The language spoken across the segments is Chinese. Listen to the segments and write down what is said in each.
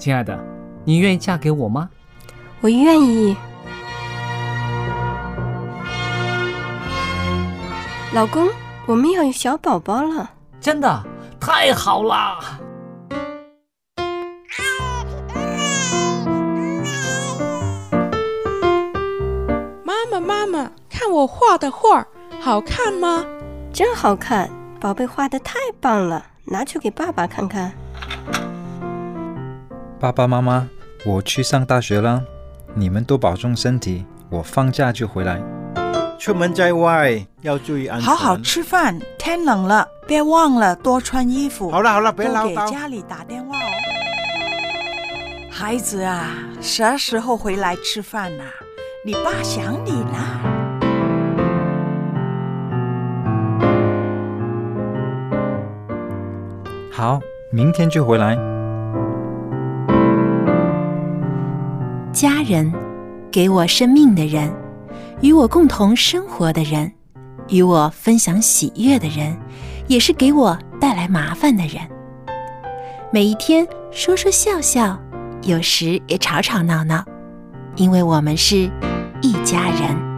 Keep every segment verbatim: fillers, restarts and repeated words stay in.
亲爱的，你愿意嫁给我吗？ 我愿意。老公，我们要有小宝宝了。 真的？太好了！ 妈妈妈妈，看我画的画好看吗？ 真好看，宝贝画得太棒了，拿去给爸爸看看。 爸爸妈妈，我去上大学了，你们都保重身体，我放假就回来。 出门在外要注意安全。 好好吃饭，天冷了，别忘了多穿衣服。 好了好了，别唠叨。 多给家里打电话哦。孩子啊，啥时候回来吃饭啊？你爸想你啦。 好，明天就回来。 家人，给我生命的人，与我共同生活的人，与我分享喜悦的人，也是给我带来麻烦的人。每一天说说笑笑，有时也吵吵闹闹，因为我们是一家人。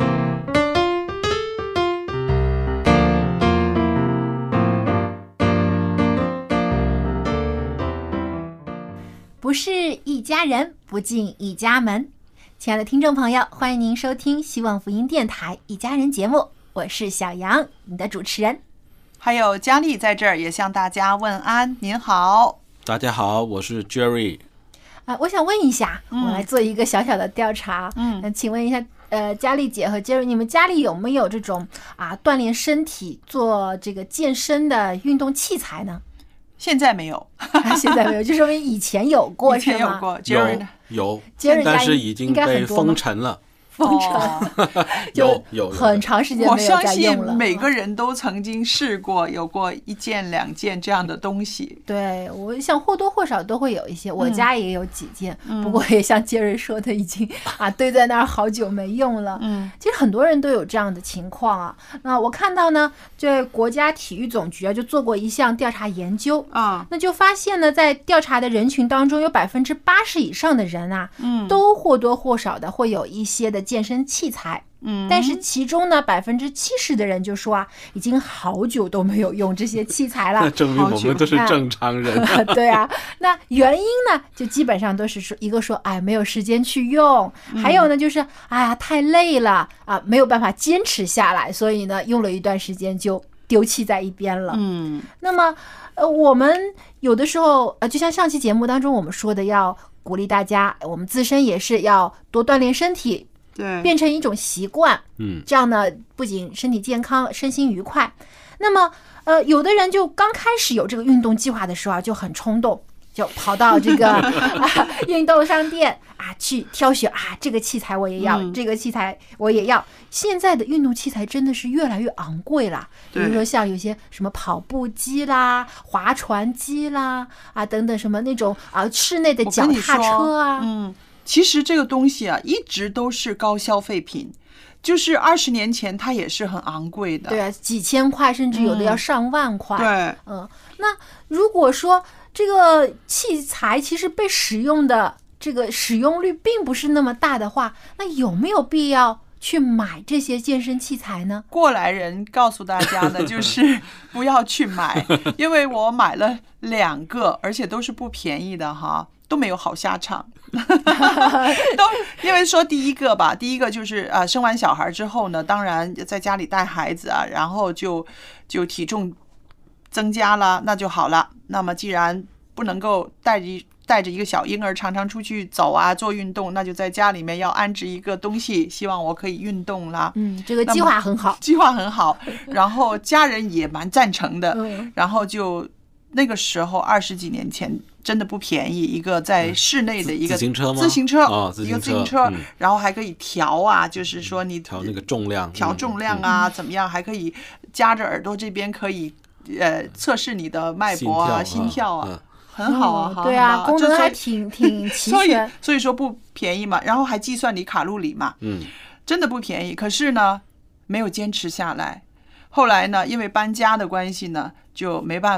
不是一家人，不进一家门。亲爱的听众朋友，欢迎您收听希望福音电台一家人节目，我是小杨，你的主持人。 还有佳丽在这儿也向大家问安，您好。 大家好，我是 Jerry。 啊，我想问一下， 嗯、 我来做一个小小的调查。 嗯， 那请问一下，呃，佳丽姐和 Jerry， 你们家里有没有这种啊锻炼身体、做这个健身的运动器材呢？ 现在没有， 现在没有，就说明以前有过， 以前有过。 Jerry 呢？有，但是已经被封尘了。 封尘， 有有很长时间没有再用了。 我相信每个人都曾经试过，有过一件两件这样的东西。 对，我想或多或少都会有一些，我家也有几件， 嗯、 不过也像杰瑞说的，已经啊堆在那儿好久没用了。 嗯， 其实很多人都有这样的情况啊。那我看到呢，这国家体育总局啊就做过一项调查研究啊， 那就发现呢，在调查的人群当中，有百分之八十以上的人啊， 嗯， 都或多或少的会有一些的健身器材。 嗯， 但是其中呢，百分之七十的人就说啊，已经好久都没有用这些器材了。 那证明我们都是正常人。 啊、对啊，那原因呢，就基本上都是说，一个说，哎，没有时间去用， 嗯、 还有呢，就是哎呀，太累了啊，没有办法坚持下来，所以呢，用了一段时间就丢弃在一边了。 嗯， 那么，呃，我们有的时候，呃，就像上期节目当中我们说的，要鼓励大家，我们自身也是要多锻炼身体。 对， 变成一种习惯， 嗯， 这样呢，不仅身体健康，身心愉快。那么，呃，有的人就刚开始有这个运动计划的时候啊，就很冲动，就跑到这个、啊、运动商店啊去挑选啊，这个器材我也要、嗯，这个器材我也要。现在的运动器材真的是越来越昂贵了，比如说像有些什么跑步机啦、划船机啦啊等等什么那种啊室内的脚踏车啊， 嗯。其实这个东西啊，一直都是高消费品，就是二十年前它也是很昂贵的。 对啊，几千块，甚至有的要上万块。 嗯、对， 嗯，那如果说这个器材其实被使用的这个使用率并不是那么大的话，那有没有必要去买这些健身器材呢？ 过来人告诉大家的就是不要去买，因为我买了两个，而且都是不便宜的哈。都没有好下场都因为说第一个吧，第一个就是呃生完小孩之后呢，当然在家里带孩子啊，然后就就体重增加了，那就好了。那么既然不能够带着带着一个小婴儿常常出去走啊做运动，那就在家里面要安置一个东西，希望我可以运动啦。 嗯，这个计划很好， 计划很好，然后家人也蛮赞成的， 嗯、 然后就那个时候二十几年前。真的不便宜，一个在室内的一个自行车吗？ 自行车， 哦、自行车一个自行车、嗯，然后还可以调啊，就是说你调那个重量， 调重量啊，嗯、怎么样？还可以夹着耳朵这边可以呃测试你的脉搏啊、心跳啊， 嗯、 很好啊， 嗯、对啊，功能还挺挺齐全。 所以所以说不便宜嘛，然后还计算你卡路里嘛， 嗯， 真的不便宜。可是呢，没有坚持下来。后来呢，因为搬家的关系呢，就没办法。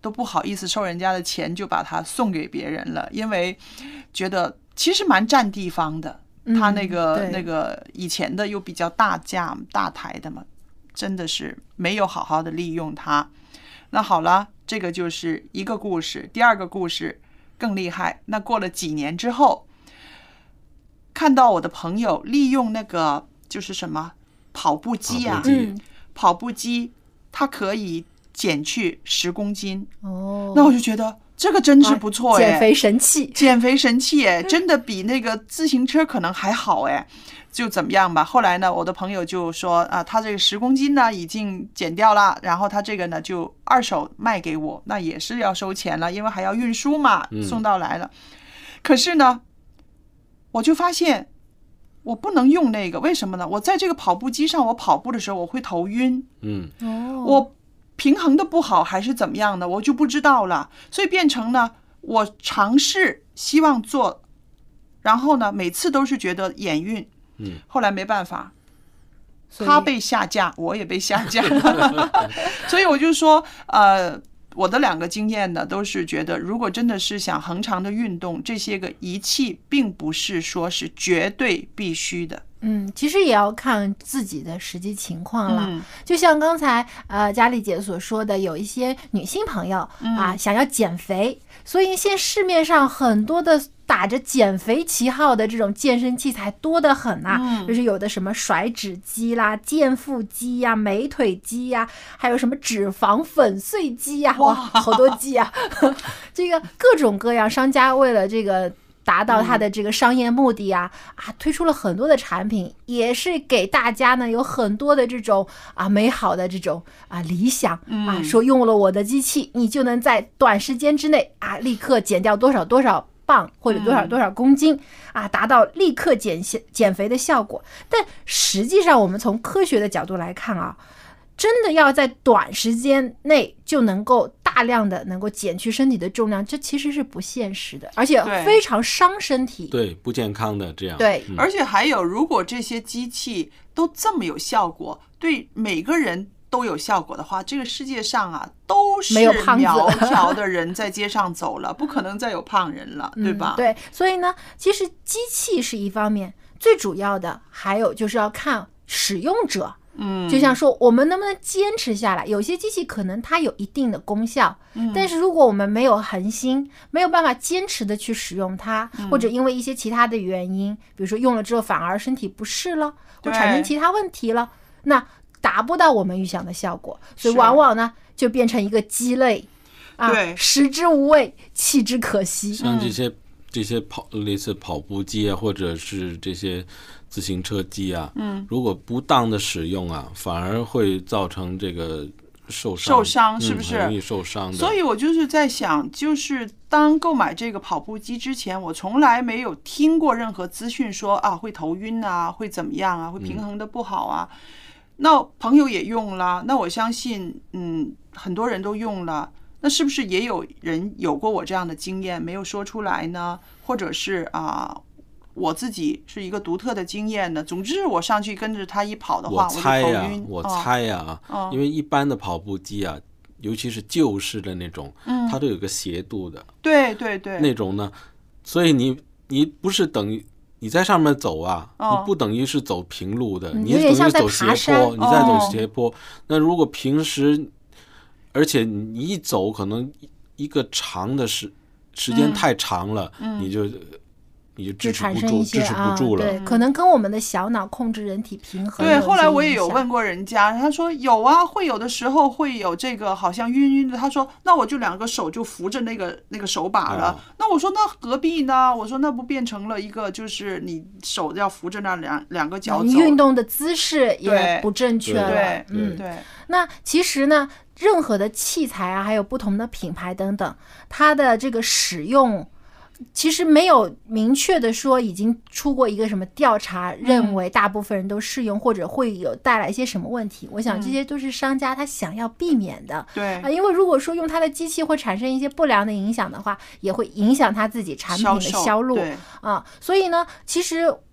都不好意思收人家的钱，就把它送给别人了，因为觉得其实蛮占地方的。他那个、嗯、那个以前的又比较大架大台的嘛，真的是没有好好的利用它。那好了，这个就是一个故事。第二个故事更厉害，那过了几年之后，看到我的朋友利用那个就是什么跑步机啊， 跑步机、嗯、 跑步机它可以减去十公斤哦， 那我就觉得这个真是不错哎、 啊，减肥神器， 减肥神器哎，真的比那个自行车可能还好哎，就怎么样吧。后来呢，我的朋友就说啊，他这个十公斤呢已经减掉了，然后他这个呢就二手卖给我，那也是要收钱了，因为还要运输嘛，送到来了。嗯、可是呢，我就发现我不能用那个，为什么呢？我在这个跑步机上，我跑步的时候我会头晕， 嗯， 我平衡的不好还是怎么样的，我就不知道了。所以变成呢，我尝试希望做，然后呢，每次都是觉得眼晕， 嗯， 后来没办法，他被下架，我也被下架，所以我就说，呃。我的两个经验呢，都是觉得，如果真的是想恒常的运动，这些个仪器并不是说是绝对必须的。 嗯，其实也要看自己的实际情况了。 嗯、 就像刚才呃佳丽姐所说的，有一些女性朋友、嗯、啊想要减肥，所以现在市面上很多的打着减肥旗号的这种健身器材多得很呐、啊嗯，就是有的什么甩脂机啦、健腹机呀、美腿机呀，还有什么脂肪粉碎机呀，哇，好多机啊！这个各种各样，商家为了这个达到它的这个商业目的啊、嗯、啊，推出了很多的产品，也是给大家呢有很多的这种啊美好的这种啊理想、嗯、啊，说用了我的机器，你就能在短时间之内啊立刻减掉多少多少磅或者多少多少公斤、嗯、啊，达到立刻减减肥的效果。但实际上我们从科学的角度来看啊，真的要在短时间内就能够大量的能够减去身体的重量，这其实是不现实的，而且非常伤身体， 对，不健康的这样。 对、 嗯，而且还有，如果这些机器都这么有效果，对每个人都有效果的话，这个世界上啊都是苗条的人在街上走了，不可能再有胖人了，对吧、 嗯？对，所以呢，其实机器是一方面，最主要的还有就是要看使用者。 嗯， 就像说我们能不能坚持下来，有些机器可能它有一定的功效、嗯、但是如果我们没有恒心，没有办法坚持的去使用它、嗯、或者因为一些其他的原因，比如说用了之后反而身体不适了，或产生其他问题了，那达不到我们预想的效果，所以往往呢就变成一个鸡肋啊， 对， 食之无味，弃之可惜。 像这些、嗯、这些跑类似跑步机啊，或者是这些自行车机啊， 嗯， 如果不当的使用啊，反而会造成这个受伤， 受伤是不是？ 嗯、很容易受伤的。 所以我就是在想，就是当购买这个跑步机之前，我从来没有听过任何资讯说啊会头晕啊，会怎么样啊，会平衡的不好啊。嗯、那朋友也用了，那我相信，嗯，很多人都用了。那是不是也有人有过我这样的经验没有说出来呢？或者是啊？我自己是一个独特的经验的，总之我上去跟着他一跑的话， 我猜呀、 啊， 我猜呀、啊哦，因为一般的跑步机啊，尤其是旧式的那种， 嗯， 它都有个斜度的， 对对对， 那种呢，所以你你不是等于你在上面走啊， 哦、 你不等于是走平路的， 嗯、 你等于是走斜坡，你在走斜坡、 哦。 那如果平时，而且你一走可能一个长的时时间太长了， 嗯、 你就。你就支持不住， 支持不住了、 啊。对，可能跟我们的小脑控制人体平衡。 对，后来我也有问过人家，他说有啊，会有的时候会有这个好像晕晕的。他说那我就两个手就扶着那个那个手把了。哦、那我说那何必呢？我说那不变成了一个就是你手要扶着那两两个脚走， 你运动的姿势也不正确了。 对， 嗯， 对。 那其实呢，任何的器材啊，还有不同的品牌等等，它的这个使用。其实没有明确的说已经出过一个什么调查，认为大部分人都适用、嗯、或者会有带来一些什么问题。我想这些都是商家他想要避免的。 对、 嗯、啊，因为如果说用他的机器会产生一些不良的影响的话，也会影响他自己产品的销路销售。 啊，所以呢，其实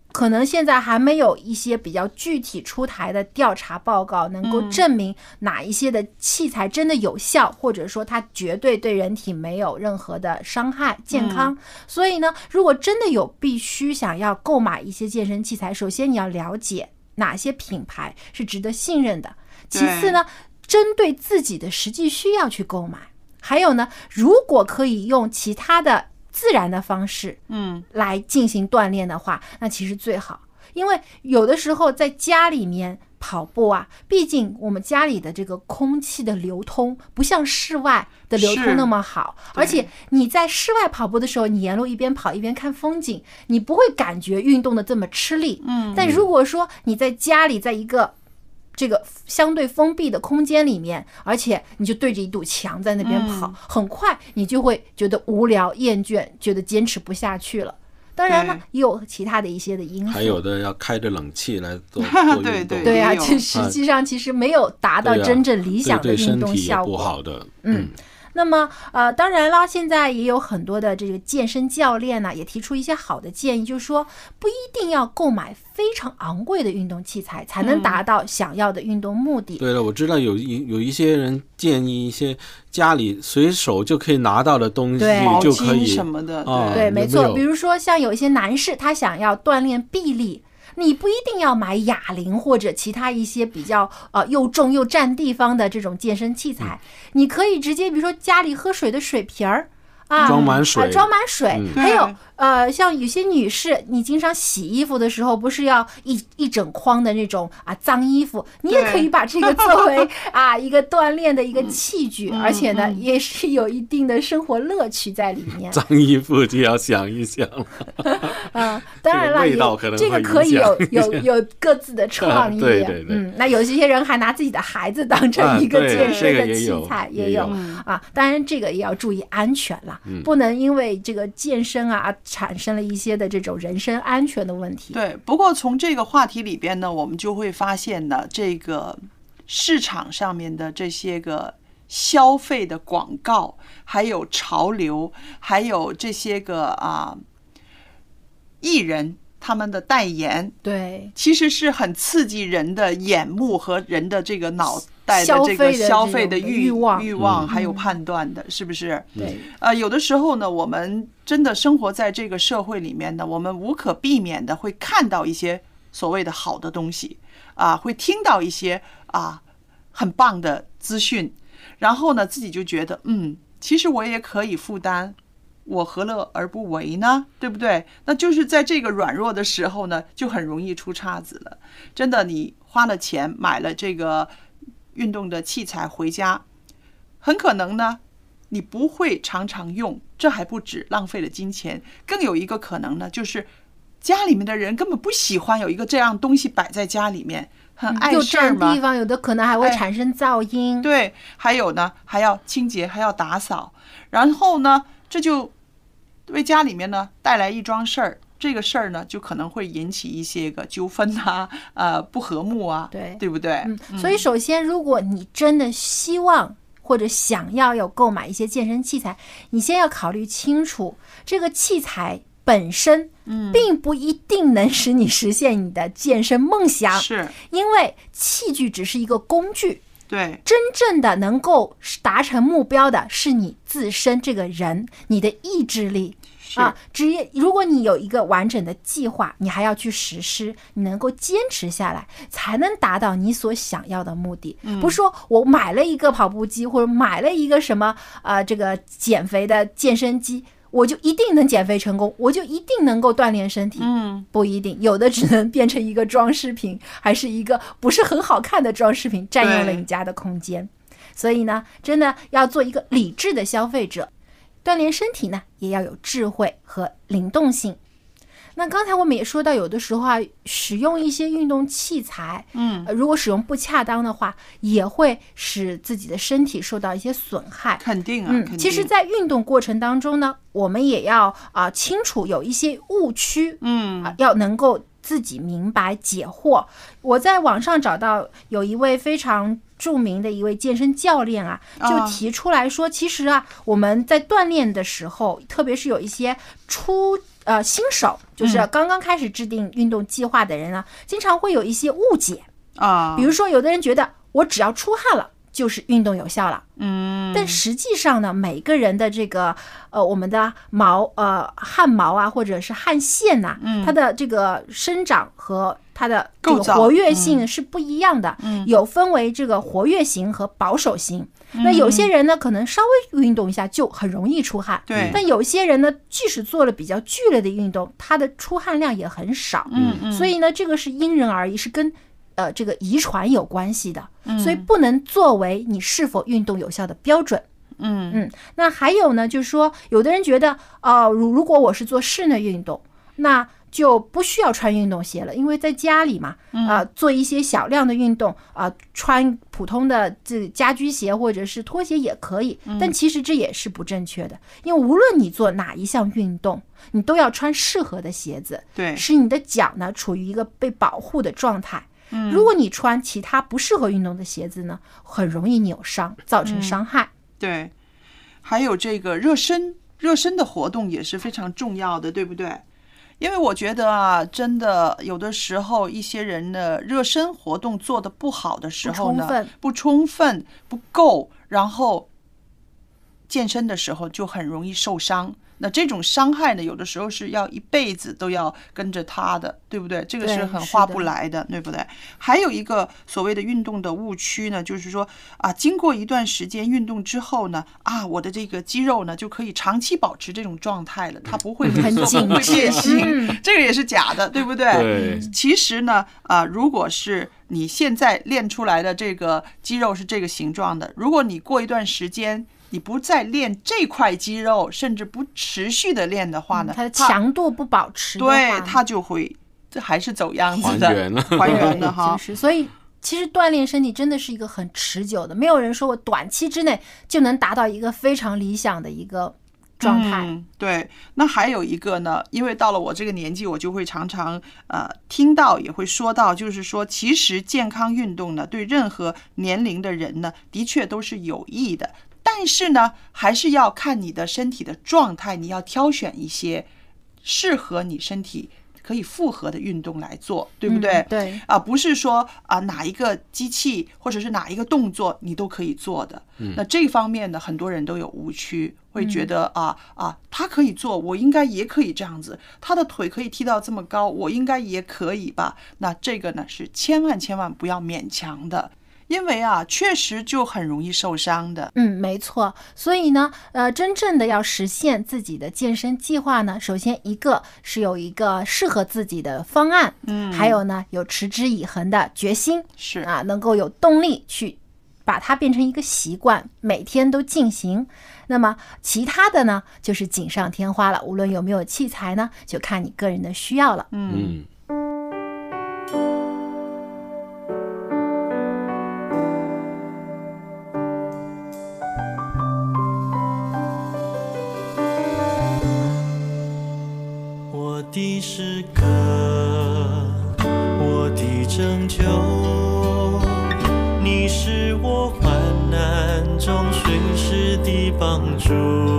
可能现在还没有一些比较具体出台的调查报告能够证明哪一些的器材真的有效，或者说它绝对对人体没有任何的伤害健康。所以呢，如果真的有必须想要购买一些健身器材，首先你要了解哪些品牌是值得信任的，其次呢，针对自己的实际需要去购买。还有呢，如果可以用其他的自然的方式，嗯，来进行锻炼的话，那其实最好。因为有的时候在家里面跑步啊，毕竟我们家里的这个空气的流通不像室外的流通那么好，而且你在室外跑步的时候，你沿路一边跑一边看风景，你不会感觉运动的这么吃力。嗯，但如果说你在家里，在一个这个相对封闭的空间里面，而且你就对着一堵墙在那边跑，嗯、很快你就会觉得无聊、厌倦，觉得坚持不下去了。当然了，也有其他的一些的因素， 还有的要开着冷气来做做运动。对对对啊，这实际上其实没有达到真正理想的运动效果， 对对身体也不好的。 嗯。嗯那么呃，当然了，现在也有很多的这个健身教练呢，也提出一些好的建议，就是说不一定要购买非常昂贵的运动器材才能达到想要的运动目的。嗯、 对了，我知道有有一些人建议一些家里随手就可以拿到的东西就可以什么的， 啊、 对，没错。比如说像有一些男士，他想要锻炼臂力。你不一定要买哑铃或者其他一些比较呃又重又占地方的这种健身器材，嗯、你可以直接比如说家里喝水的水瓶儿啊， 装满水， 啊、装满水，嗯、还有呃像有些女士，你经常洗衣服的时候，不是要一一整筐的那种啊脏衣服，你也可以把这个作为啊一个锻炼的一个器具，嗯、而且呢、嗯、也是有一定的生活乐趣在里面。 脏衣服就要想一想了。 嗯，当然了， 这个, 这个可以有有有各自的创意。 对对对， 嗯，那有些人还拿自己的孩子当成一个健身的器材， 啊、也有啊。当然，这个也要注意安全了，嗯、不能因为这个健身啊产生了一些的这种人身安全的问题。 对，不过从这个话题里边呢，我们就会发现呢，这个市场上面的这些个消费的广告，还有潮流，还有这些个啊。艺人他们的代言， 对， 其实是很刺激人的眼目和人的这个脑袋的这个消费的欲望、欲望还有判断的，是不是？ 对， 呃，有的时候呢，我们真的生活在这个社会里面呢，我们无可避免的会看到一些所谓的好的东西啊，会听到一些啊很棒的资讯，然后呢，自己就觉得，嗯，其实我也可以负担。我何乐而不为呢？对不对？那就是在这个软弱的时候呢，就很容易出岔子了。真的，你花了钱买了这个运动的器材回家，很可能呢，你不会常常用，这还不止浪费了金钱，更有一个可能呢，就是家里面的人根本不喜欢有一个这样东西摆在家里面，很碍事儿嘛， 又占地方，有的可能还会产生噪音。 哎、对，还有呢，还要清洁，还要打扫，然后呢，这就为家里面呢带来一桩事儿，这个事儿呢就可能会引起一些个纠纷啊，呃不和睦啊， 对对不对？ 嗯，所以首先，如果你真的希望或者想要有购买一些健身器材，你先要考虑清楚这个器材本身，并不一定能使你实现你的健身梦想， 是因为器具只是一个工具。 对， 真正的能够达成目标的是你自身这个人，你的意志力啊。只有如果你有一个完整的计划，你还要去实施，你能够坚持下来，才能达到你所想要的目的。嗯、不是说我买了一个跑步机，或者买了一个什么呃这个减肥的健身机，我就一定能减肥成功，我就一定能够锻炼身体。嗯，不一定，有的只能变成一个装饰品，还是一个不是很好看的装饰品，占用了你家的空间。所以呢，真的要做一个理智的消费者，锻炼身体呢，也要有智慧和灵动性。那刚才我们也说到，有的时候啊，使用一些运动器材，嗯、呃，如果使用不恰当的话，也会使自己的身体受到一些损害。 肯定啊， 嗯， 肯定。 其实，在运动过程当中呢，我们也要啊、呃、清楚有一些误区，嗯、呃，要能够自己明白解惑。我在网上找到有一位非常著名的一位健身教练啊，就提出来说，其实啊，我们在锻炼的时候，特别是有一些初呃新手，就是刚刚开始制定运动计划的人呢，经常会有一些误解啊。 比如说，有的人觉得我只要出汗了就是运动有效了， 嗯， 但实际上呢，每个人的这个呃我们的毛呃汗毛啊，或者是汗腺呐、啊嗯，它的这个生长和它的这个活跃性是不一样的， 嗯、 有分为这个活跃型和保守型。嗯、那有些人呢，可能稍微运动一下就很容易出汗， 对。 但有些人呢，即使做了比较剧烈的运动，他的出汗量也很少。 嗯嗯。 所以呢，这个是因人而异，是跟呃这个遗传有关系的，所以不能作为你是否运动有效的标准。 嗯嗯。那还有呢，就是说，有的人觉得，呃，如如果我是做室内运动，那就不需要穿运动鞋了，因为在家里嘛，啊、呃，做一些小量的运动啊、呃，穿普通的这家居鞋或者是拖鞋也可以。但其实这也是不正确的，因为无论你做哪一项运动，你都要穿适合的鞋子， 对， 使你的脚呢处于一个被保护的状态。如果你穿其他不适合运动的鞋子呢，很容易扭伤，造成伤害。 嗯、对，还有这个热身，热身的活动也是非常重要的，对不对？因为我觉得啊，真的有的时候一些人的热身活动做得不好的时候呢， 不充分、 不充分、不够，然后健身的时候就很容易受伤。那这种伤害呢，有的时候是要一辈子都要跟着他的，对不对？这个是很划不来的， 对, 对不对？还有一个所谓的运动的误区呢，就是说啊，经过一段时间运动之后呢，啊，我的这个肌肉呢就可以长期保持这种状态了，它不会很紧会变形、 嗯， 这个也是假的，对不对？ 对。 其实呢，啊，如果是你现在练出来的这个肌肉是这个形状的，如果你过一段时间你不再练这块肌肉，甚至不持续的练的话呢， 嗯、它的强度不保持的话， 对，它就会这还是走样子的， 还原了， 还原了哈。 就是，所以其实锻炼身体真的是一个很持久的，没有人说我短期之内就能达到一个非常理想的一个状态。 嗯、对，那还有一个呢，因为到了我这个年纪，我就会常常呃听到，也会说到，就是说，其实健康运动呢，对任何年龄的人呢，的确都是有益的。但是呢，还是要看你的身体的状态，你要挑选一些适合你身体可以复合的运动来做，对不对？ 嗯、对啊，不是说啊哪一个机器或者是哪一个动作你都可以做的。 嗯、 那这方面呢，很多人都有误区，会觉得啊啊，他可以做，我应该也可以这样子，他的腿可以踢到这么高，我应该也可以吧？那这个呢是千万千万不要勉强的。因为啊，确实就很容易受伤的。 嗯，没错。所以呢，呃，真正的要实现自己的健身计划呢，首先一个是有一个适合自己的方案， 嗯， 还有呢，有持之以恒的决心， 是啊，能够有动力去把它变成一个习惯，每天都进行。那么其他的呢，就是锦上添花了。无论有没有器材呢，就看你个人的需要了。 嗯。 我的诗歌，我的拯救，你是我患难中随时的帮助。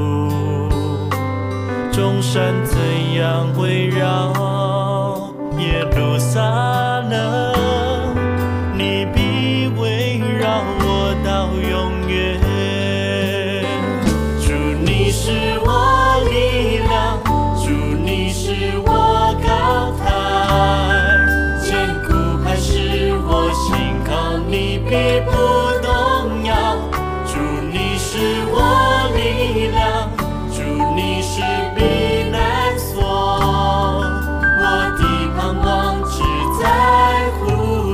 众山怎样围绕耶路撒冷，你必围绕我到永远。主，你是我力量，主，你是我高台，坚固磐石，我信靠你必不动摇。主，你是我力量，主，你是避难所，我的盼望只在乎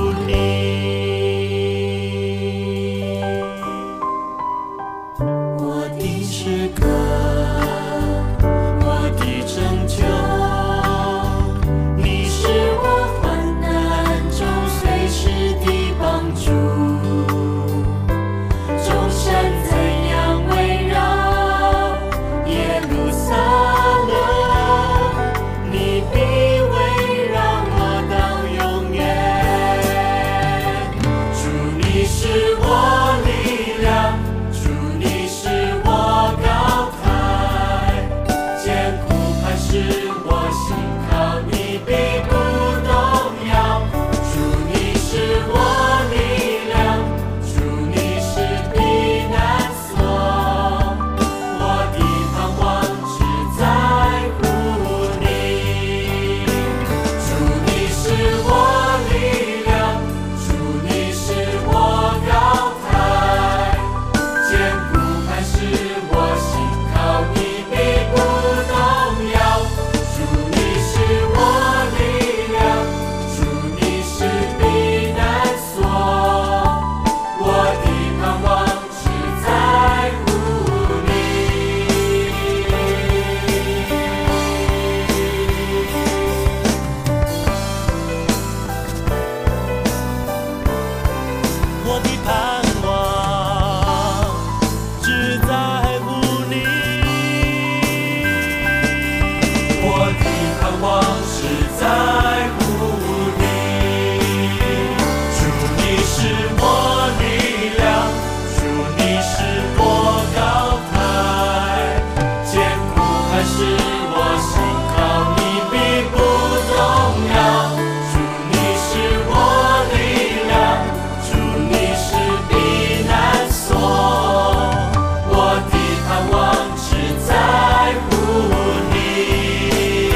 盼望是在乎你。主你是我力量，主你是我高台，坚固还是我信靠你必不动摇。主你是我力量，主你是避难所，我的盼望是在乎你。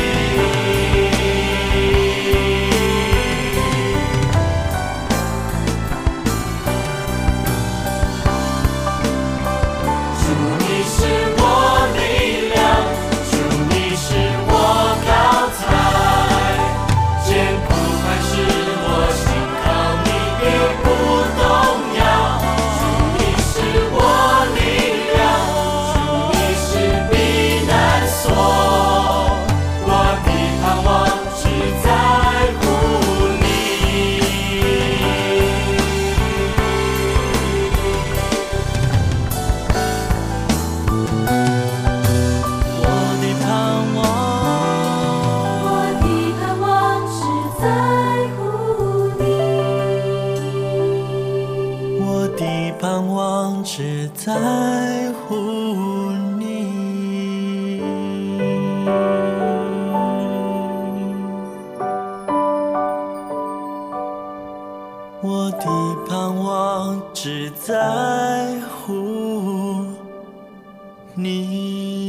主你是我力量，主你是我高台，坚固还是我信靠你必不动摇。主你是我力量，主你是避难所，我的盼望只在乎你。我的盼望，我的盼望是在乎你。我的盼望只在乎你。我的盼望只在乎你。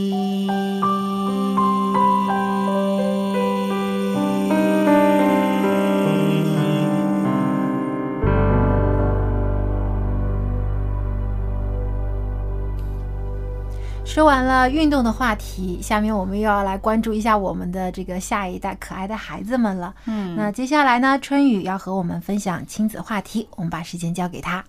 说完了运动的话题，下面我们又要来关注一下我们的这个下一代可爱的孩子们了。 嗯， 那接下来呢，春雨要和我们分享亲子话题，我们把时间交给他。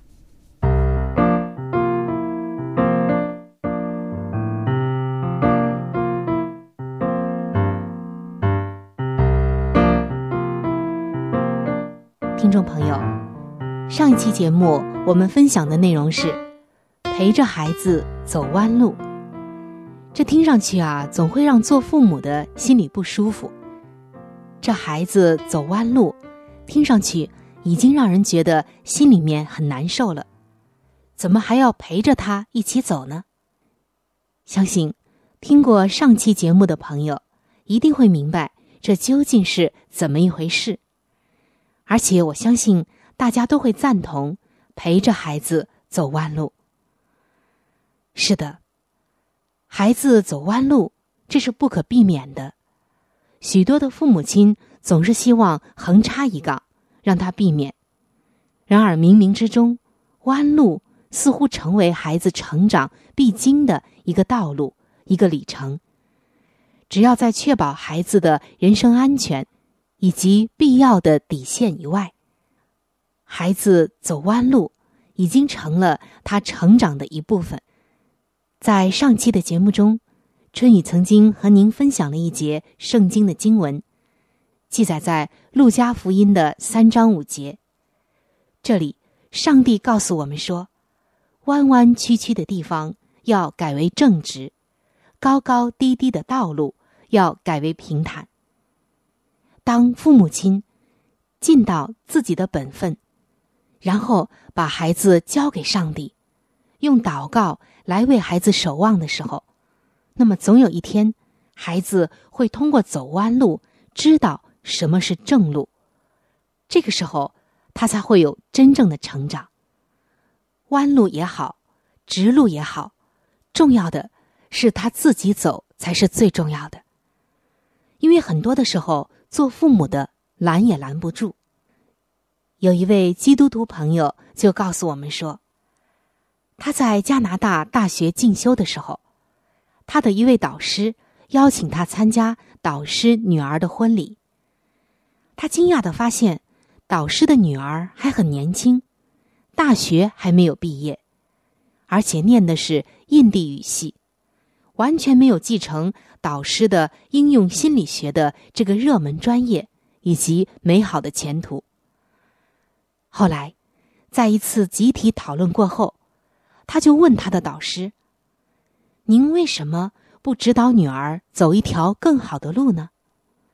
听众朋友，上一期节目我们分享的内容是陪着孩子走弯路。这听上去啊，总会让做父母的心里不舒服。这孩子走弯路，听上去已经让人觉得心里面很难受了，怎么还要陪着他一起走呢？相信听过上期节目的朋友一定会明白这究竟是怎么一回事。而且我相信大家都会赞同陪着孩子走弯路。是的，孩子走弯路，这是不可避免的。许多的父母亲总是希望横插一杠，让他避免。然而冥冥之中，弯路似乎成为孩子成长必经的一个道路，一个里程。只要在确保孩子的人身安全以及必要的底线以外，孩子走弯路已经成了他成长的一部分。在上期的节目中，春雨曾经和您分享了一节圣经的经文，记载在路加福音的三章五节。这里上帝告诉我们说，弯弯曲曲的地方要改为正直，高高低低的道路要改为平坦。当父母亲尽到自己的本分，然后把孩子交给上帝，用祷告来为孩子守望的时候，那么总有一天，孩子会通过走弯路知道什么是正路。这个时候，他才会有真正的成长。弯路也好，直路也好，重要的是他自己走才是最重要的。因为很多的时候，做父母的拦也拦不住。有一位基督徒朋友就告诉我们说，他在加拿大大学进修的时候，他的一位导师邀请他参加导师女儿的婚礼。他惊讶地发现，导师的女儿还很年轻，大学还没有毕业，而且念的是印地语系，完全没有继承导师的应用心理学的这个热门专业以及美好的前途。后来，在一次集体讨论过后，他就问他的导师，您为什么不指导女儿走一条更好的路呢？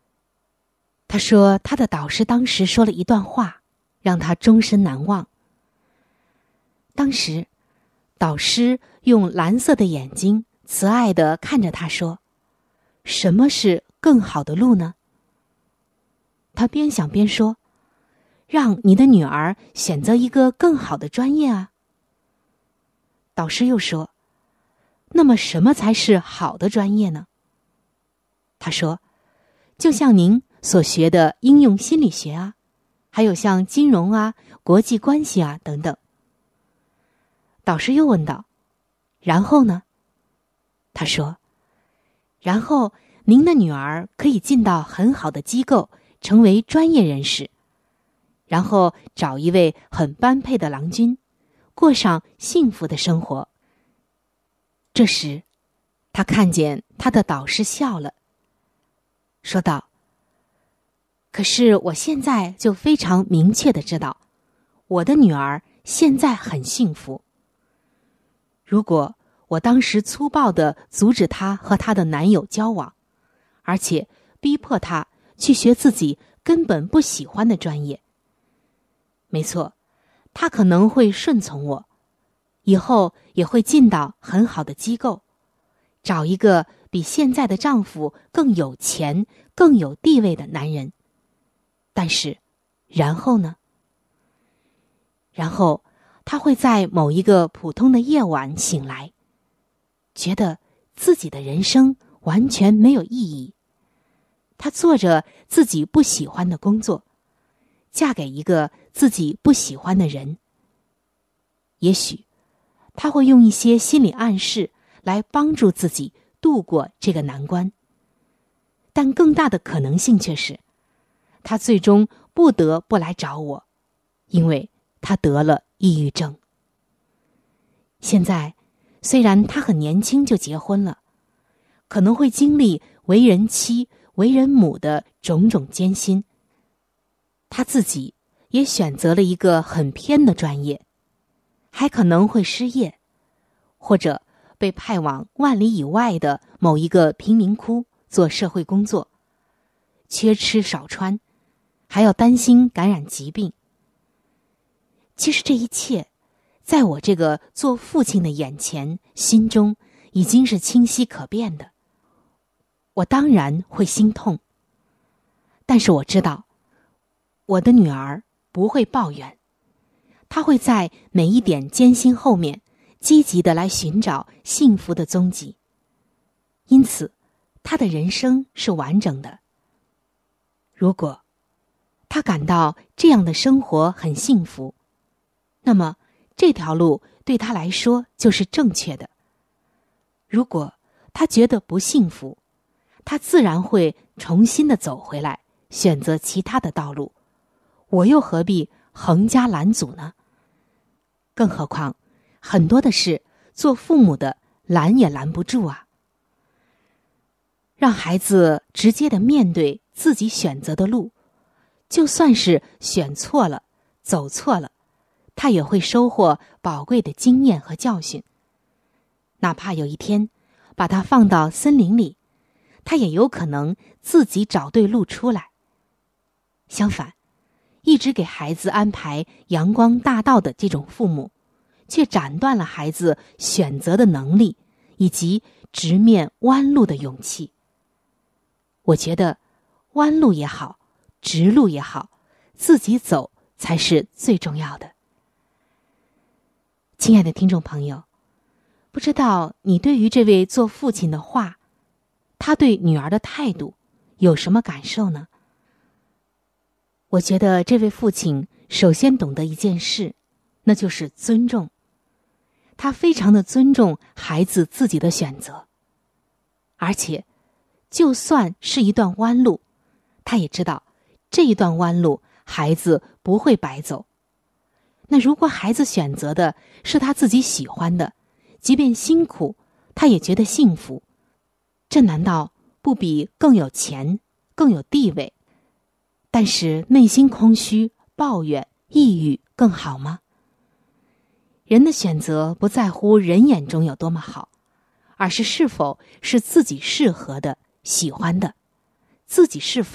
他说他的导师当时说了一段话，让他终身难忘。当时导师用蓝色的眼睛慈爱地看着他说，什么是更好的路呢？他边想边说，让你的女儿选择一个更好的专业啊。导师又说，那么什么才是好的专业呢？他说，就像您所学的应用心理学啊，还有像金融啊、国际关系啊等等。导师又问道，然后呢？他说，然后您的女儿可以进到很好的机构，成为专业人士，然后找一位很般配的郎君，过上幸福的生活。这时他看见他的导师笑了，说道，可是我现在就非常明确地知道，我的女儿现在很幸福。如果我当时粗暴地阻止她和她的男友交往，而且逼迫她去学自己根本不喜欢的专业，没错，她可能会顺从我，以后也会进到很好的机构，找一个比现在的丈夫更有钱、更有地位的男人。但是，然后呢？然后她会在某一个普通的夜晚醒来，觉得自己的人生完全没有意义。她做着自己不喜欢的工作，嫁给一个自己不喜欢的人。也许她会用一些心理暗示来帮助自己度过这个难关，但更大的可能性却是，她最终不得不来找我，因为她得了抑郁症。现在虽然她很年轻就结婚了，可能会经历为人妻、为人母的种种艰辛，她自己也选择了一个很偏的专业，还可能会失业，或者被派往万里以外的某一个贫民窟做社会工作，缺吃少穿，还要担心感染疾病。其实这一切，在我这个做父亲的眼前、心中已经是清晰可辨的。我当然会心痛，但是我知道，我的女儿不会抱怨，她会在每一点艰辛后面积极地来寻找幸福的踪迹，因此她的人生是完整的。如果她感到这样的生活很幸福，那么这条路对她来说就是正确的。如果她觉得不幸福，她自然会重新的走回来，选择其他的道路。我又何必横加拦阻呢？更何况很多的事，做父母的拦也拦不住啊。让孩子直接的面对自己选择的路，就算是选错了、走错了，他也会收获宝贵的经验和教训。哪怕有一天把他放到森林里，他也有可能自己找对路出来。相反，一直给孩子安排阳光大道的这种父母，却斩断了孩子选择的能力以及直面弯路的勇气。我觉得弯路也好，直路也好，自己走才是最重要的。亲爱的听众朋友，不知道你对于这位做父亲的话，他对女儿的态度有什么感受呢？我觉得这位父亲首先懂得一件事，那就是尊重。他非常的尊重孩子自己的选择，而且就算是一段弯路，他也知道这一段弯路孩子不会白走。那如果孩子选择的是他自己喜欢的，即便辛苦，他也觉得幸福，这难道不比更有钱、更有地位，但是内心空虚、抱怨、抑郁更好吗？人的选择不在乎人眼中有多么好，而是是否是自己适合的、喜欢的，自己是否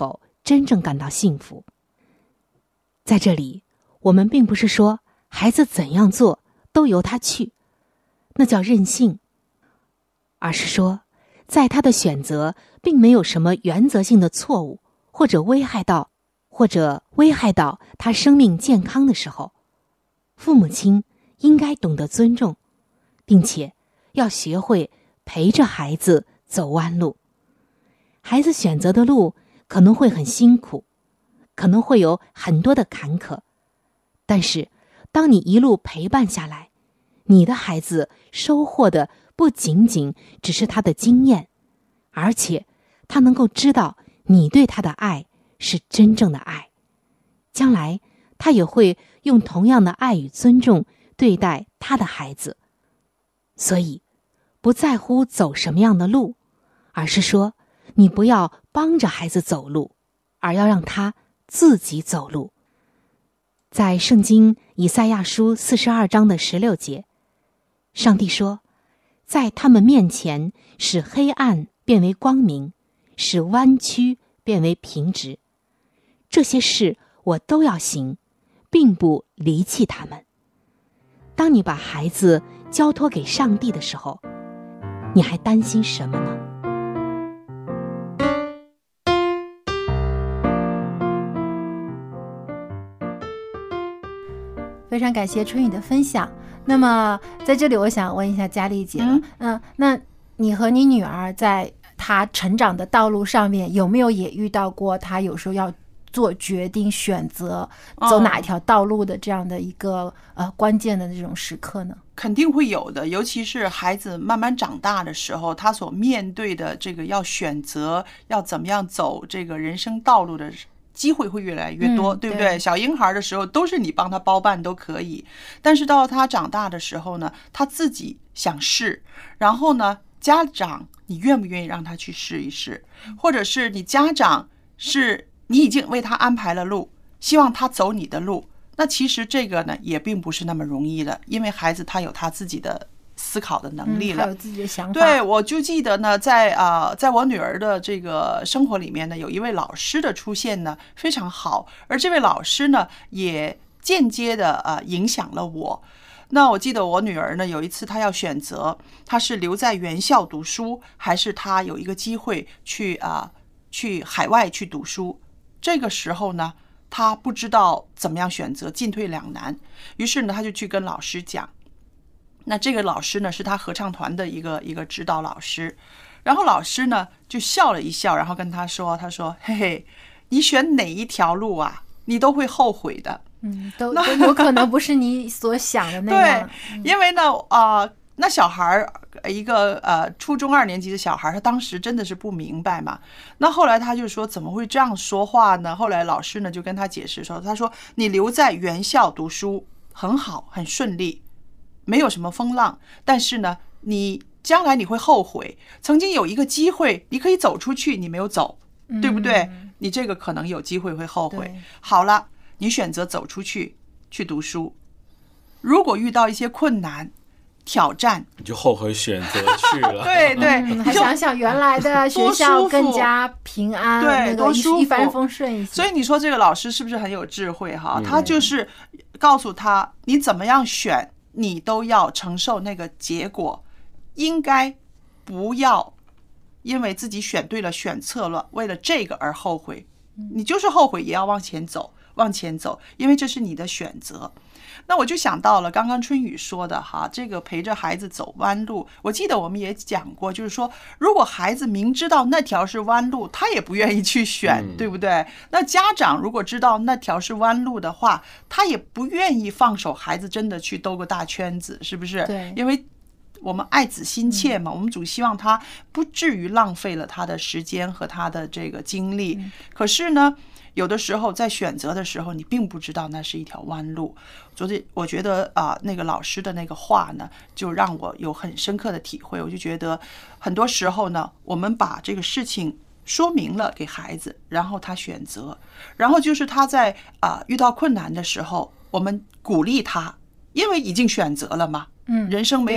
真正感到幸福。在这里，我们并不是说孩子怎样做都由他去，那叫任性，而是说在他的选择并没有什么原则性的错误，或者危害到或者危害到他生命健康的时候，父母亲应该懂得尊重，并且要学会陪着孩子走弯路。孩子选择的路可能会很辛苦，可能会有很多的坎坷，但是当你一路陪伴下来，你的孩子收获的不仅仅只是他的经验，而且他能够知道你对他的爱是真正的爱，将来他也会用同样的爱与尊重对待他的孩子。所以不在乎走什么样的路，而是说你不要帮着孩子走路，而要让他自己走路。在圣经以赛亚书四十二章的十六节，上帝说，在他们面前使黑暗变为光明，使弯曲变为平直，这些事我都要行，并不离弃他们。当你把孩子交托给上帝的时候，你还担心什么呢？ 非常感谢春雨的分享。那么在这里我想问一下佳丽姐，嗯、呃，那你和你女儿在她成长的道路上面有没有也遇到过她有时候要做决定选择走哪一条道路的这样的一个、嗯、呃关键的这种时刻呢？ 肯定会有的，尤其是孩子慢慢长大的时候，他所面对的这个要选择要怎么样走这个人生道路的机会会越来越多、嗯、对不对？对，小婴孩的时候都是你帮他包办都可以，但是到他长大的时候呢，他自己想试，然后呢，家长你愿不愿意让他去试一试，或者是你家长是你已经为他安排了路，希望他走你的路，那其实这个呢也并不是那么容易的，因为孩子他有他自己的思考的能力了，嗯、他有自己的想法。 对，我就记得呢，在啊、呃，在我女儿的这个生活里面呢，有一位老师的出现呢非常好，而这位老师呢也间接的呃影响了我。那我记得我女儿呢有一次她要选择，她是留在原校读书，还是她有一个机会去啊、呃、去海外去读书。这个时候呢，她不知道怎么样选择，进退两难，于是呢，她就去跟老师讲。那这个老师呢是他合唱团的一个一个指导老师，然后老师呢就笑了一笑，然后跟他说：“他说，嘿嘿，你选哪一条路啊，你都会后悔的。” 嗯，都都有可能不是你所想的那样。 对，因为呢，啊、呃，那小孩一个呃初中二年级的小孩，他当时真的是不明白嘛。那后来他就说怎么会这样说话呢？后来老师呢就跟他解释说，他说你留在原校读书很好，很顺利。没有什么风浪，但是呢，你将来你会后悔，曾经有一个机会，你可以走出去，你没有走，对不对？嗯、你这个可能有机会会后悔。好了，你选择走出去去读书，如果遇到一些困难、挑战， 你就后悔选择去了。 对对、 嗯，还想想原来的学校更加平安， 对， 那个一帆风顺一些。 所以你说这个老师是不是很有智慧哈？他就是告诉他，你怎么样选。你都要承受那个结果，应该不要因为自己选对了选错了，为了这个而后悔。你就是后悔也要往前走，往前走，因为这是你的选择。那我就想到了刚刚春雨说的哈，这个陪着孩子走弯路。我记得我们也讲过，就是说，如果孩子明知道那条是弯路，他也不愿意去选，嗯、对不对？那家长如果知道那条是弯路的话，他也不愿意放手孩子真的去兜个大圈子，是不是？ 对， 因为我们爱子心切嘛，嗯、我们总希望他不至于浪费了他的时间和他的这个精力。嗯、可是呢，有的时候在选择的时候，你并不知道那是一条弯路。昨天我觉得啊、呃，那个老师的那个话呢，就让我有很深刻的体会。我就觉得很多时候呢，我们把这个事情说明了给孩子，然后他选择，然后就是他在啊、呃、遇到困难的时候，我们鼓励他，因为已经选择了嘛。嗯，人生没有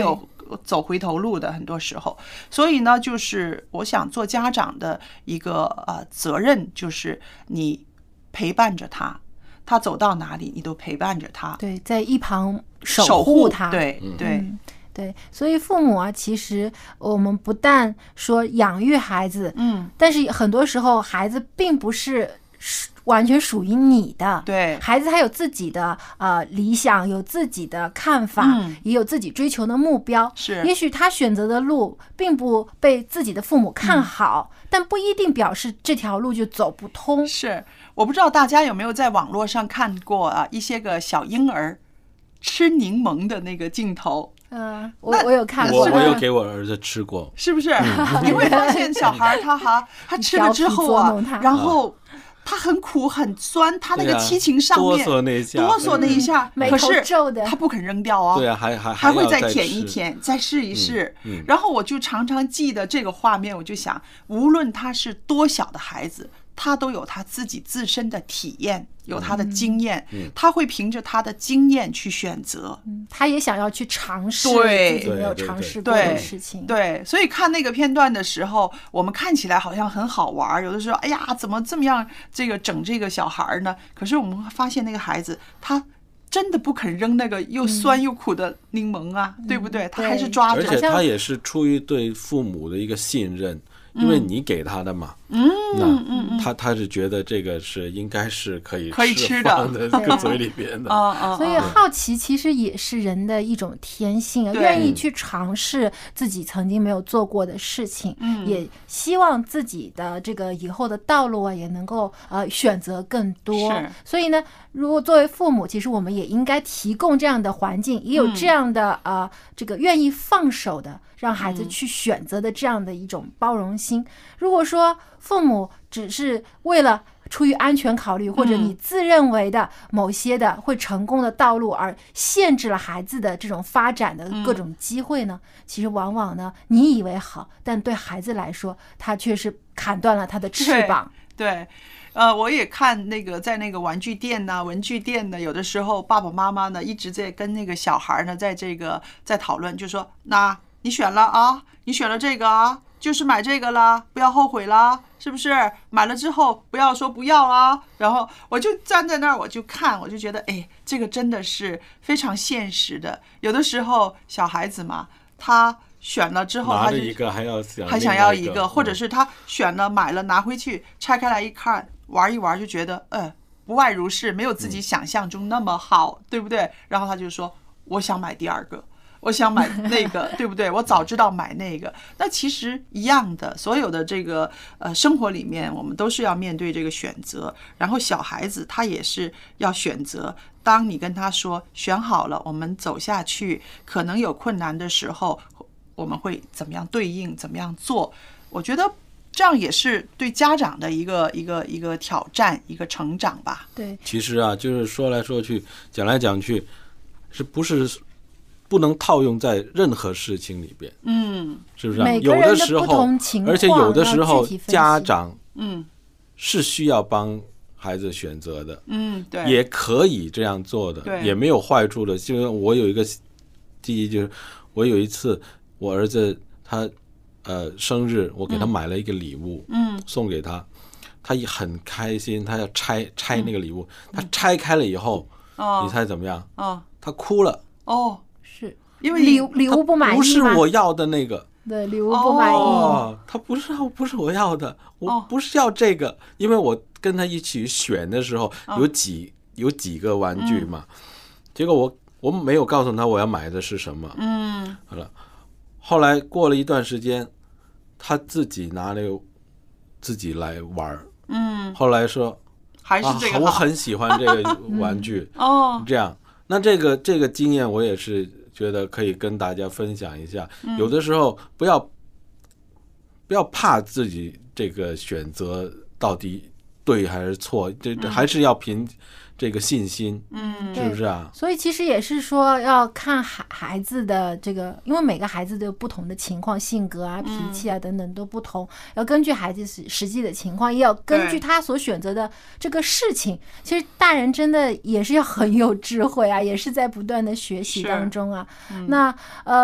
走回头路的，很多时候。所以呢，就是我想做家长的一个呃责任，就是你陪伴着他，他走到哪里你都陪伴着他， 对，在一旁守守护他， 对对。 嗯对，所以父母啊，其实我们不但说养育孩子， 嗯， 但是很多时候孩子并不是完全属于你的， 对， 孩子他有自己的呃理想，有自己的看法， 嗯， 也有自己追求的目标， 是， 也许他选择的路并不被自己的父母看好，嗯，但不一定表示这条路就走不通。 是，我不知道大家有没有在网络上看过啊一些个小婴儿吃柠檬的那个镜头。 嗯，我我有看过， 我我有给我儿子吃过， 是不是？你会发现小孩他哈，他吃了之后啊，然后他很苦很酸，他那个七情上面哆嗦那一下， 哆嗦那一下，可是皱的， 他不肯扔掉啊， 对啊，还还还会再舔一舔，再试一试。 嗯， 然后我就常常记得这个画面，我就想，无论他是多小的孩子，他都有他自己自身的体验，有他的经验， 嗯， 他会凭着他的经验去选择， 嗯，他也想要去尝试对自己没有尝试过的事情， 对，对，对，所以看那个片段的时候，我们看起来好像很好玩，有的时候，哎呀，怎么这么样这个整这个小孩呢？可是我们发现那个孩子他真的不肯扔那个又酸又苦的柠檬啊，嗯，对不对？他还是抓着， 而且他也是出于对父母的一个信任。因为你给他的嘛， 嗯， 那嗯他他是觉得这个是应该是可以可以吃的， 这个嘴里边的， 所以好奇其实也是人的一种天性啊，愿意去尝试自己曾经没有做过的事情， 嗯， 也希望自己的这个以后的道路啊也能够呃选择更多。所以呢，如果作为父母，其实我们也应该提供这样的环境，也有这样的、嗯、呃这个愿意放手的。让孩子去选择的这样的一种包容心。如果说父母只是为了出于安全考虑，或者你自认为的某些的会成功的道路而限制了孩子的这种发展的各种机会呢，其实往往呢你以为好，但对孩子来说他却是砍断了他的翅膀。 对，对呃，我也看那个在那个玩具店呐、啊、文具店呢，有的时候爸爸妈妈呢一直在跟那个小孩呢在这个在讨论，就说那你选了啊，你选了这个啊，就是买这个啦，不要后悔啦，是不是？买了之后不要说不要啊。然后我就站在那儿，我就看，我就觉得，哎，这个真的是非常现实的。有的时候小孩子嘛，他选了之后， 拿了一个还要想还想要一个，或者是他选了买了拿回去拆开来一看，玩一玩就觉得，呃，不外如是，没有自己想象中那么好，嗯，对不对？然后他就说，我想买第二个。我想买那个，对不对？我早知道买那个。那其实一样的，所有的这个呃生活里面，我们都是要面对这个选择。然后小孩子他也是要选择。当你跟他说选好了，我们走下去，可能有困难的时候，我们会怎么样对应，怎么样做？我觉得这样也是对家长的一个一个一个挑战，一个成长吧。 对， 其实啊，就是说来说去，讲来讲去，是不是？不能套用在任何事情里边， 嗯， 是不是、啊？有的时候，而且有的时候家长， 嗯， 是需要帮孩子选择的， 嗯，对， 也可以这样做的， 对， 也没有坏处的。因为我有一个记忆，就是我有一次我儿子他呃生日，我给他买了一个礼物， 嗯， 送给他，他也很开心，他要拆拆那个礼物，嗯、他拆开了以后， 哦， 你猜怎么样？ 哦， 他哭了， 哦。 是因为礼礼物不满意吗？ 不是我要的那个， 对，礼物不满意。 哦，他不是不是我要的，我不是要这个，因为我跟他一起选的时候有几有几个玩具嘛，结果我我没有告诉他我要买的是什么， 嗯， 好了，后来过了一段时间，他自己拿那个自己来玩， 嗯， 后来说还是这个、 啊，我很喜欢这个玩具， 哦， 这样，那这个这个经验我也是觉得可以跟大家分享一下， 嗯、 有的时候不要不要怕自己这个选择到底对还是错，这还是要凭这个信心， 嗯， 是不是啊？ 所以其实也是说要看孩孩子的这个，因为每个孩子都有不同的情况、性格啊、脾气啊等等都不同，要根据孩子实实际的情况，也要根据他所选择的这个事情。其实大人真的也是要很有智慧啊，也是在不断的学习当中啊。 嗯、 那呃。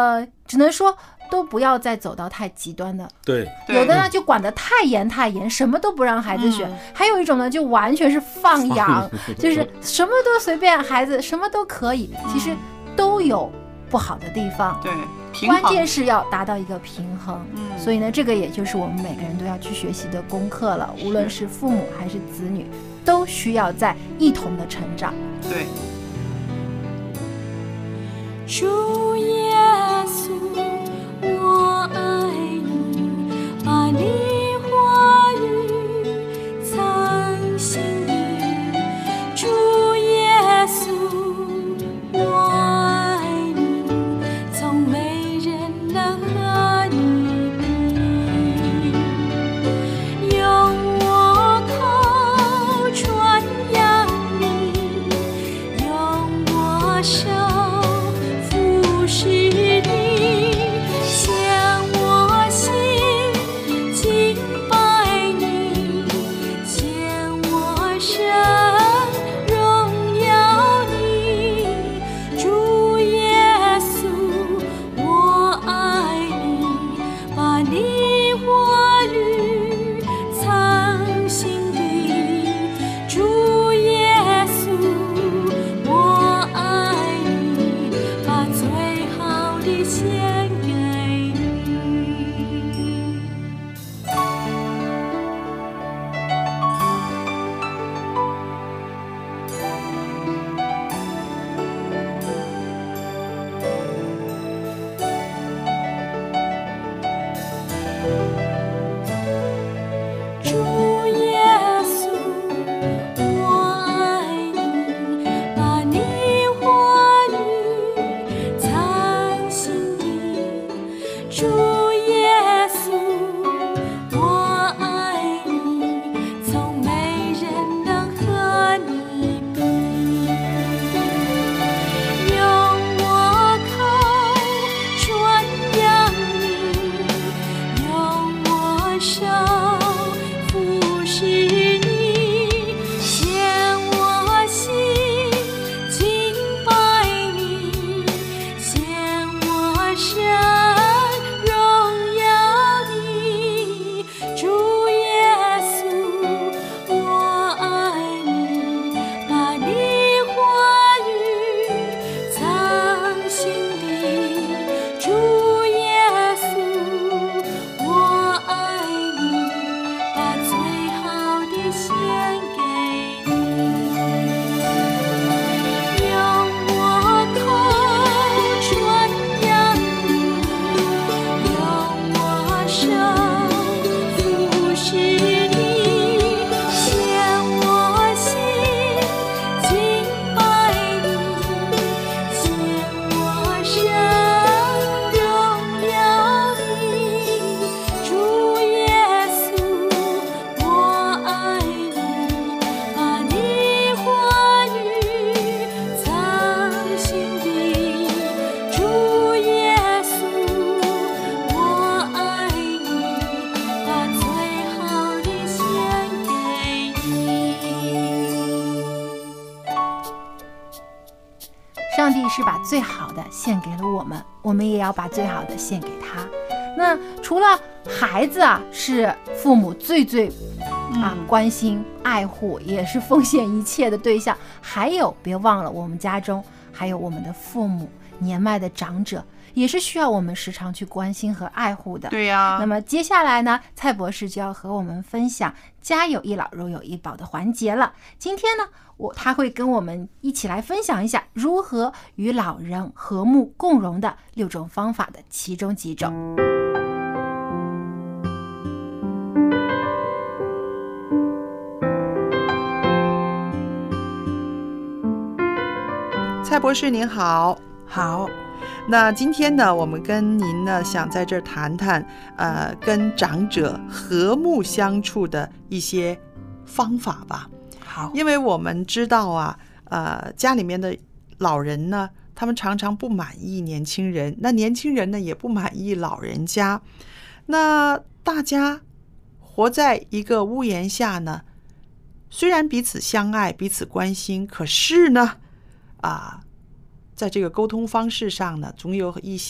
只能说都不要再走到太极端的。 对， 有的呢就管得太严太严，什么都不让孩子选； 嗯、 还有一种呢就完全是放养，就是什么都随便，孩子什么都可以。其实都有不好的地方， 对， 关键是要达到一个平衡。 嗯， 所以呢，这个也就是我们每个人都要去学习的功课了，无论是父母还是子女，都需要在一同的成长。 对。 主耶稣，我爱你，把你话语藏心里。主耶稣，我爱你，从没人能和你比。用我口传扬你，用我手服侍你，将我心敬拜你，将我身荣耀你。主耶稣，我爱你，把你话语藏心底。主耶稣，我爱你，把最好的献给你。主耶稣，我爱你，把你话语藏心底。主耶稣，我爱你，从没人能和你比。用我口传扬你，用我手服侍你，将我心敬拜你，将我身荣耀你。主耶稣，我爱你，把你话语藏心底。主耶稣，我爱你，把最好的献给你。用我口传扬你，用我手服侍你，将我心敬拜你，将我身荣耀你。主耶稣，我爱你，把你话语藏心底。主耶稣，我爱你，把最好的献给你。 上帝是把最好的献给了我们，我们也要把最好的献给他。那除了孩子啊，是父母最最啊关心、爱护，也是奉献一切的对象。还有，别忘了我们家中还有我们的父母、年迈的长者，也是需要我们时常去关心和爱护的。 对呀、 那么接下来呢，蔡博士就要和我们分享家有一老如有一宝的环节了。今天呢，我他会跟我们一起来分享一下如何与老人和睦共融的六种方法的其中几种。 蔡博士您好。 好， 那今天呢，我们跟您呢想在这儿谈谈，呃，跟长者和睦相处的一些方法吧。 好， 因为我们知道啊，呃，家里面的老人呢，他们常常不满意年轻人，那年轻人呢也不满意老人家。那大家活在一个屋檐下呢，虽然彼此相爱，彼此关心，可是呢，啊，在这个沟通方式上呢，总有一些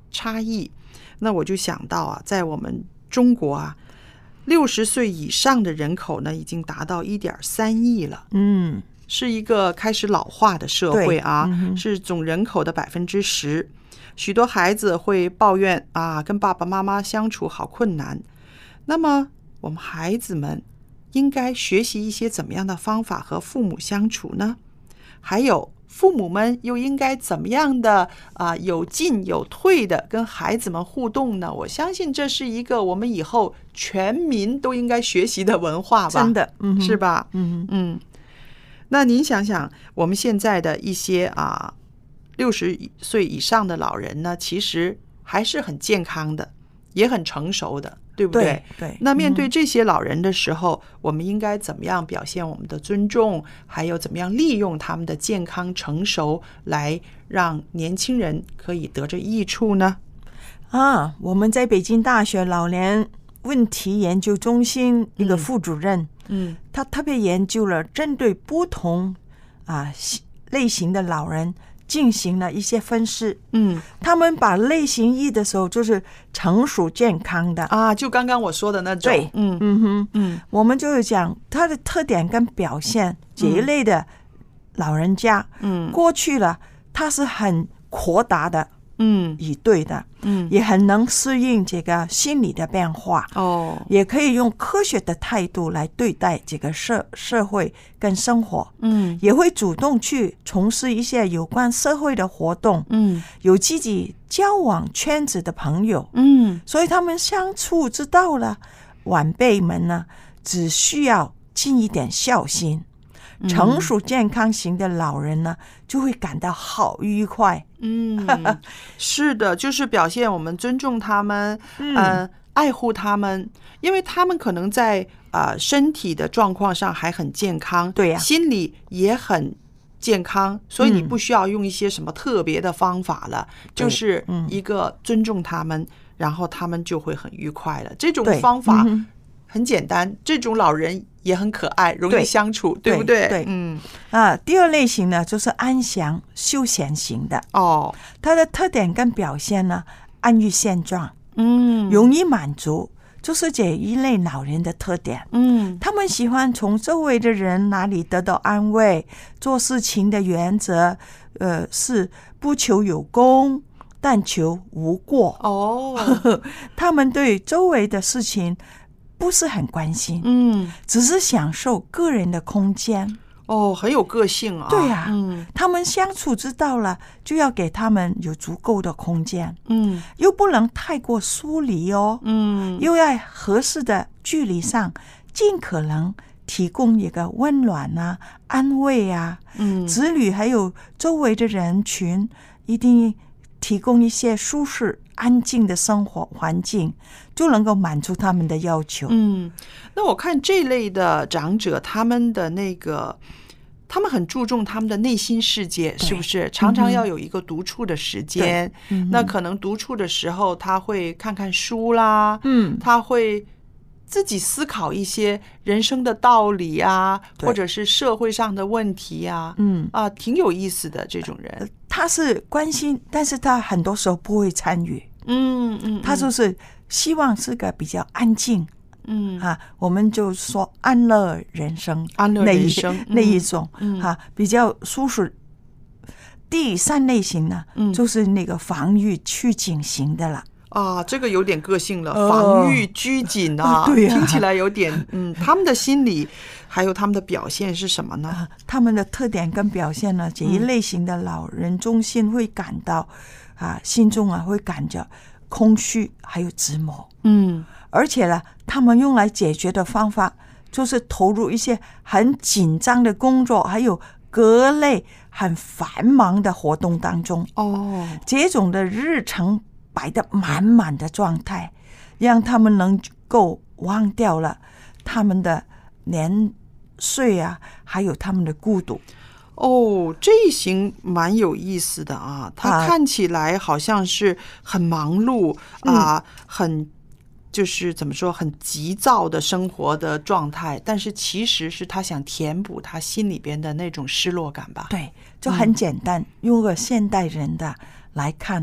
差异。那我就想到啊，在我们中国啊，六十岁以上的人口呢，已经达到一点三亿了。 嗯， 是一个开始老化的社会啊， 嗯、 是总人口的百分之十。许多孩子会抱怨啊，跟爸爸妈妈相处好困难。那么我们孩子们应该学习一些怎么样的方法和父母相处呢？还有父母们又应该怎么样的啊，有进有退的跟孩子们互动呢？我相信这是一个我们以后全民都应该学习的文化吧， 真的，嗯、 是吧？ 嗯嗯。那您想想，我们现在的一些啊六十岁以上的老人呢，其实还是很健康的，也很成熟的，对不对？ 对。对那面对这些老人的时候，嗯、我们应该怎么样表现我们的尊重，还有怎么样利用他们的健康成熟，来让年轻人可以得着益处呢？ 啊，我们在北京大学老年问题研究中心一个副主任， 嗯， 他特别研究了针对不同啊类型的老人进行了一些分析。 嗯， 他们把类型一的时候就是成熟健康的啊，就刚刚我说的那种。 对， 嗯嗯哼， 嗯， 我们就是讲他的特点跟表现，这一类的老人家， 嗯， 过去了他是很豁达的。 嗯， 以对的， 嗯， 也很能适应这个心理的变化， 哦， 也可以用科学的态度来对待这个社社会跟生活， 嗯， 也会主动去从事一些有关社会的活动， 嗯， 有自己交往圈子的朋友， 嗯， 所以他们相处之道了，晚辈们呢，只需要尽一点孝心。成熟健康型的老人呢，就会感到好愉快。 嗯，是的，就是表现我们尊重他们， 嗯、 呃，爱护他们，因为他们可能在呃身体的状况上还很健康， 对呀、啊， 心理也很健康，所以你不需要用一些什么特别的方法了，嗯、就是一个尊重他们，然后他们就会很愉快了。这种方法很简单，嗯、这种老人也很可爱，容易相处， 对, 对不对？ 对， 嗯啊，第二类型呢，就是安详休闲型的哦， 它的特点跟表现呢，安于现状， 嗯， 容易满足，就是这一类老人的特点。 嗯， 他们喜欢从周围的人那里得到安慰，做事情的原则，呃，是不求有功，但求无过。 哦， 他们对周围的事情不是很关心， 嗯， 只是享受个人的空间。 哦，很有个性啊。 对啊， 嗯， 他们相处之道了，就要给他们有足够的空间， 嗯， 又不能太过疏离哦， 嗯， 又在合适的距离上，尽可能提供一个温暖啊、安慰啊， 嗯， 子女还有周围的人群，一定提供一些舒适安静的生活环境，就能够满足他们的要求。 嗯，那我看这类的长者，他们的那个，他们很注重他们的内心世界，是不是？常常要有一个独处的时间。 嗯、 那可能独处的时候，他会看看书啦， 嗯， 他会自己思考一些人生的道理啊，或者是社会上的问题啊， 嗯啊，挺有意思的这种人。 他是关心，但是他很多时候不会参与。 嗯嗯， 他就是希望是个比较安静， 嗯啊，我们就说安乐人生， 安乐人生那一、嗯、那一种， 嗯哈、啊，比较舒适。第三类型呢， 嗯， 就是那个防御趋紧型的了。 啊，这个有点个性了，呃、防御拘谨啊， 对呀、啊， 听起来有点，嗯，他们的心理还有他们的表现是什么呢？ 啊、他们的特点跟表现呢，这一类型的老人中心会感到，嗯、啊，心中啊会感觉空虚还有折磨， 嗯， 而且呢，他们用来解决的方法就是投入一些很紧张的工作，还有各类很繁忙的活动当中。 哦， 这种的日程摆得满满的状态，让他们能够忘掉了他们的年岁啊，还有他们的孤独。 哦，这一型蛮有意思的啊，他看起来好像是很忙碌啊， 嗯、 很就是怎么说，很急躁的生活的状态，但是其实是他想填补他心里边的那种失落感吧。 对，就很简单，嗯、用个现代人的来看，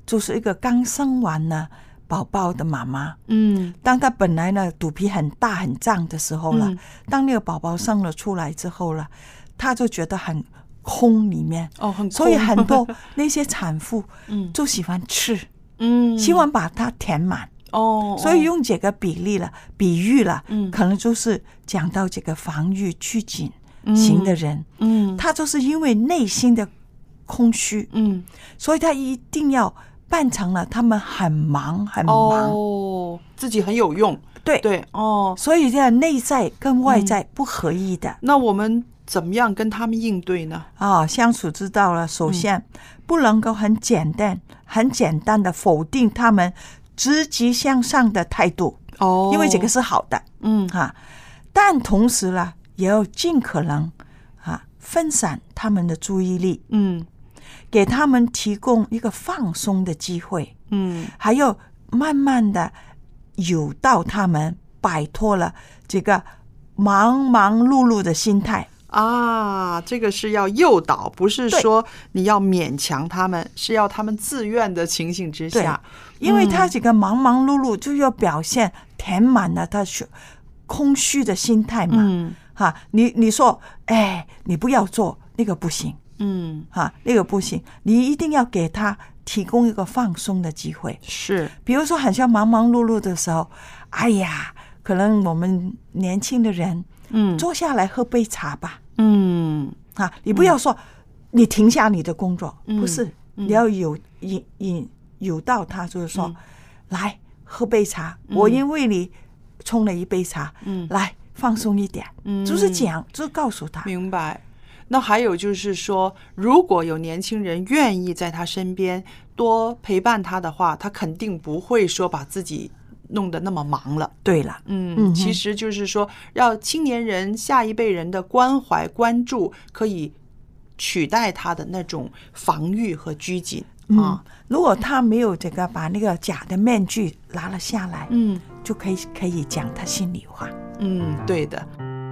就是一个刚生完呢宝宝的妈妈， 嗯， 当她本来呢肚皮很大很胀的时候了， 嗯当那个宝宝生了出来之后了，她就觉得很空里面， 哦，很空所以很多那些产妇嗯就喜欢吃， 嗯， 希望把它填满。 哦， 所以用这个比例了，比喻了， 嗯可能就是讲到这个防御拘谨型的人， 嗯， 他就是因为内心的空虚， 嗯， 所以他一定要扮成了他们很忙很忙， 哦，自己很有用， 对对，哦， 所以这样内在跟外在不合一的。 那我们怎么样跟他们应对呢？ 啊、相处之道了，首先、嗯、不能够很简单、很简单的否定他们积极向上的态度， 哦， 因为这个是好的， 嗯哈、啊，但同时呢，也要尽可能啊分散他们的注意力， 嗯， 给他们提供一个放松的机会， 嗯， 还有慢慢的诱导他们摆脱了这个忙忙碌碌的心态。 啊，这个是要诱导，不是说你要勉强他们，是要他们自愿的情形之下。 因为他这个忙忙碌碌就要表现填满了他空虚的心态嘛。 嗯， 哈，你你说，哎，你不要做那个不行， 嗯， 哈，那个不行，你一定要给他提供一个放松的机会。 是， 比如说，好像忙忙碌碌的时候，哎呀，可能我们年轻的人， 嗯， 坐下来喝杯茶吧。 嗯， 啊，你不要说、嗯、你停下你的工作， 嗯、 不是， 嗯、 你要有引引诱导他，就是说， 嗯、 来喝杯茶、 嗯， 我因为你冲了一杯茶， 嗯， 来放松一点， 嗯， 就是讲，就是告诉他， 明白。那还有就是说，如果有年轻人愿意在他身边多陪伴他的话，他肯定不会说把自己弄得那么忙了。 对了， 嗯，其实就是说，要青年人、下一辈人的关怀、关注，可以取代他的那种防御和拘谨啊。 嗯、如果他没有这个把那个假的面具拿了下来， 嗯， 就可以可以讲他心里话。 嗯，对的。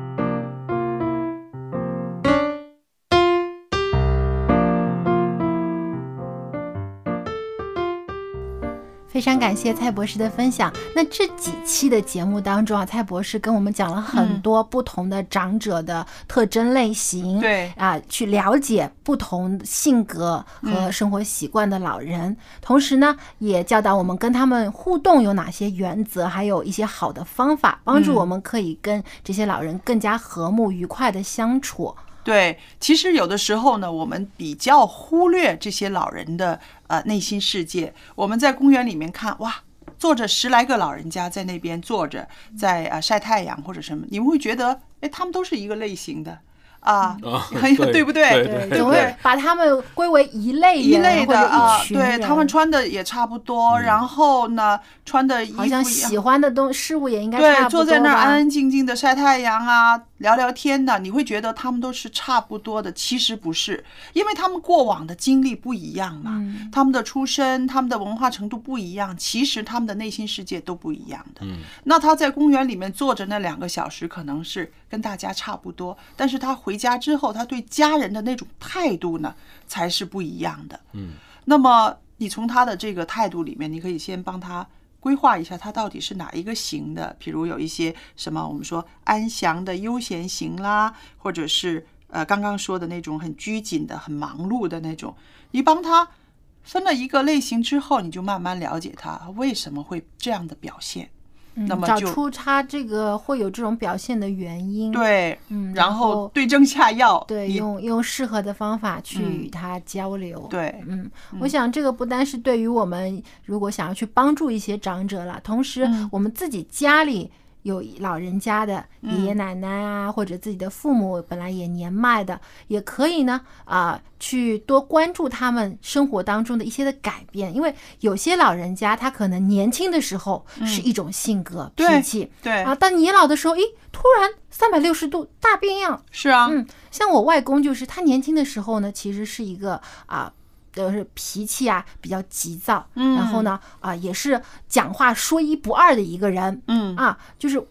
非常感谢蔡博士的分享。那这几期的节目当中啊，蔡博士跟我们讲了很多不同的长者的特征类型， 对、 嗯、啊，去了解不同性格和生活习惯的老人、嗯、同时呢也教导我们跟他们互动有哪些原则，还有一些好的方法，帮助我们可以跟这些老人更加和睦愉快的相处。 对，其实有的时候呢，我们比较忽略这些老人的呃内心世界。我们在公园里面看，哇，坐着十来个老人家在那边坐着，在啊晒太阳或者什么，你们会觉得，哎，他们都是一个类型的。啊，很、哦、对不对？ 对，总会把他们归为一类人一类的啊， 对， 他们穿的也差不多，嗯、然后呢，穿的衣服好像喜欢的东事物也应该差不多吧。 对，坐在那儿安安静静的晒太阳啊，聊聊天的，你会觉得他们都是差不多的，其实不是，因为他们过往的经历不一样嘛， 嗯、 他们的出身、他们的文化程度不一样，其实他们的内心世界都不一样的。 嗯， 那他在公园里面坐着那两个小时，可能是跟大家差不多，但是他回家之后，他对家人的那种态度呢，才是不一样的。 嗯， 那么你从他的这个态度里面，你可以先帮他规划一下，他到底是哪一个型的。比如有一些什么我们说安详的悠闲型啦，或者是呃刚刚说的那种很拘谨的、很忙碌的那种。你帮他分了一个类型之后，你就慢慢了解他为什么会这样的表现。 嗯、 那么找出他这个会有这种表现的原因， 对， 嗯， 然后对症下药， 对，用用适合的方法去与他交流， 嗯、对， 嗯，我想这个不单是对于我们如果想要去帮助一些长者了，同时我们自己家里有老人家的爷爷奶奶啊、嗯，或者自己的父母本来也年迈的，也可以呢啊、呃，去多关注他们生活当中的一些的改变，因为有些老人家他可能年轻的时候是一种性格、 嗯、 脾气， 对啊，但年老的时候，咦，突然三百六十度大变样， 是啊， 嗯，像我外公就是他年轻的时候呢，其实是一个啊。就是脾气啊比较急躁， 嗯， 然后呢啊也是讲话说一不二的一个人， 嗯啊就是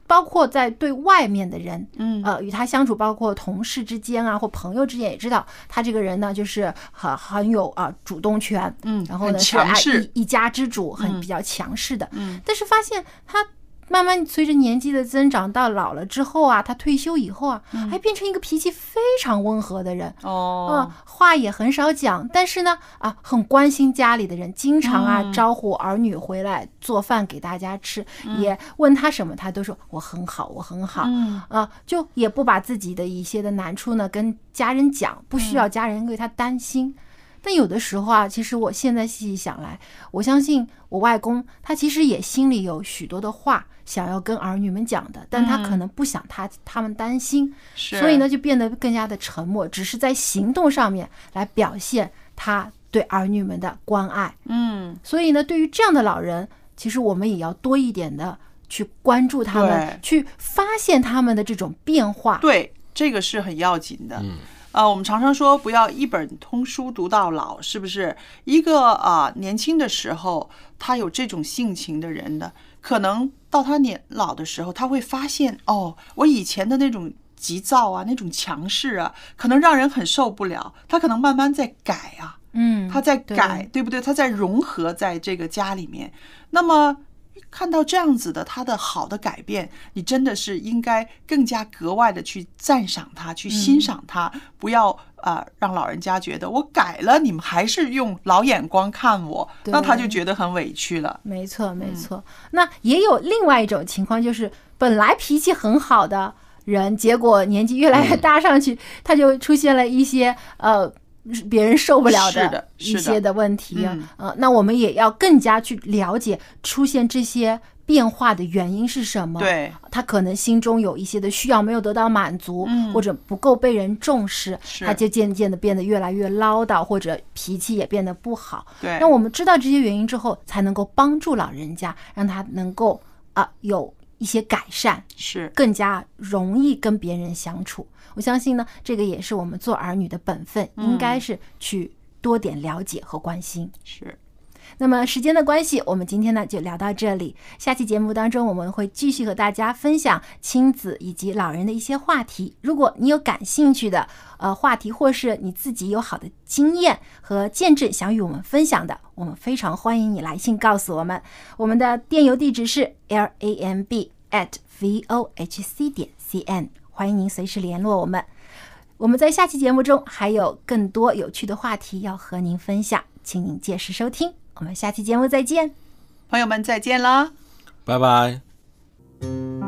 包括在对外面的人， 嗯， 呃，与他相处，包括同事之间啊，或朋友之间，也知道他这个人呢，就是很很有啊主动权， 嗯， 然后呢是强势， 一一家之主，很比较强势的， 嗯， 但是发现他慢慢随着年纪的增长，到老了之后啊，他退休以后啊，还变成一个脾气非常温和的人哦， 啊，话也很少讲，但是呢啊，很关心家里的人，经常啊、嗯、招呼儿女回来做饭给大家吃，嗯、也问他什么，他都说我很好，我很好， 嗯啊，就也不把自己的一些的难处呢跟家人讲，不需要家人为他担心。嗯，但有的时候啊，其实我现在细细想来，我相信我外公他其实也心里有许多的话想要跟儿女们讲的，但他可能不想他他们担心，所以呢就变得更加的沉默，只是在行动上面来表现他对儿女们的关爱。 嗯， 所以呢，对于这样的老人，其实我们也要多一点的去关注他们，去发现他们的这种变化。 对，这个是很要紧的。 嗯。 呃，我们常常说不要一本通书读到老，是不是？一个啊、呃、年轻的时候他有这种性情的人的，可能到他年老的时候，他会发现哦，我以前的那种急躁啊，那种强势啊，可能让人很受不了。他可能慢慢在改啊， 嗯， 他在改， 对, 对不对？他在融合在这个家里面。那么看到这样子的他的好的改变，你真的是应该更加格外的去赞赏他，去欣赏他，嗯、不要呃让老人家觉得我改了，你们还是用老眼光看我，那他就觉得很委屈了。 没错，没错。嗯、那也有另外一种情况，就是本来脾气很好的人，结果年纪越来越大上去，嗯、他就出现了一些呃。别人受不了的一些的问题， 嗯呃，那我们也要更加去了解出现这些变化的原因是什么。 对， 他可能心中有一些的需要没有得到满足， 嗯、 或者不够被人重视，他就渐渐的变得越来越唠叨，或者脾气也变得不好。 对， 那我们知道这些原因之后，才能够帮助老人家，让他能够啊、呃、有一些改善， 是更加容易跟别人相处。我相信呢，这个也是我们做儿女的本分， 嗯、 应该是去多点了解和关心。 是。 那么时间的关系，我们今天呢就聊到这里。下期节目当中，我们会继续和大家分享亲子以及老人的一些话题。如果你有感兴趣的呃话题，或是你自己有好的经验和见证想与我们分享的，我们非常欢迎你来信告诉我们。我们的电邮地址是 l a m b at vohc 点 c n。欢迎您随时联络我们。我们在下期节目中还有更多有趣的话题要和您分享，请您届时收听。我们下期节目再见， 朋友们再见啦， 拜拜。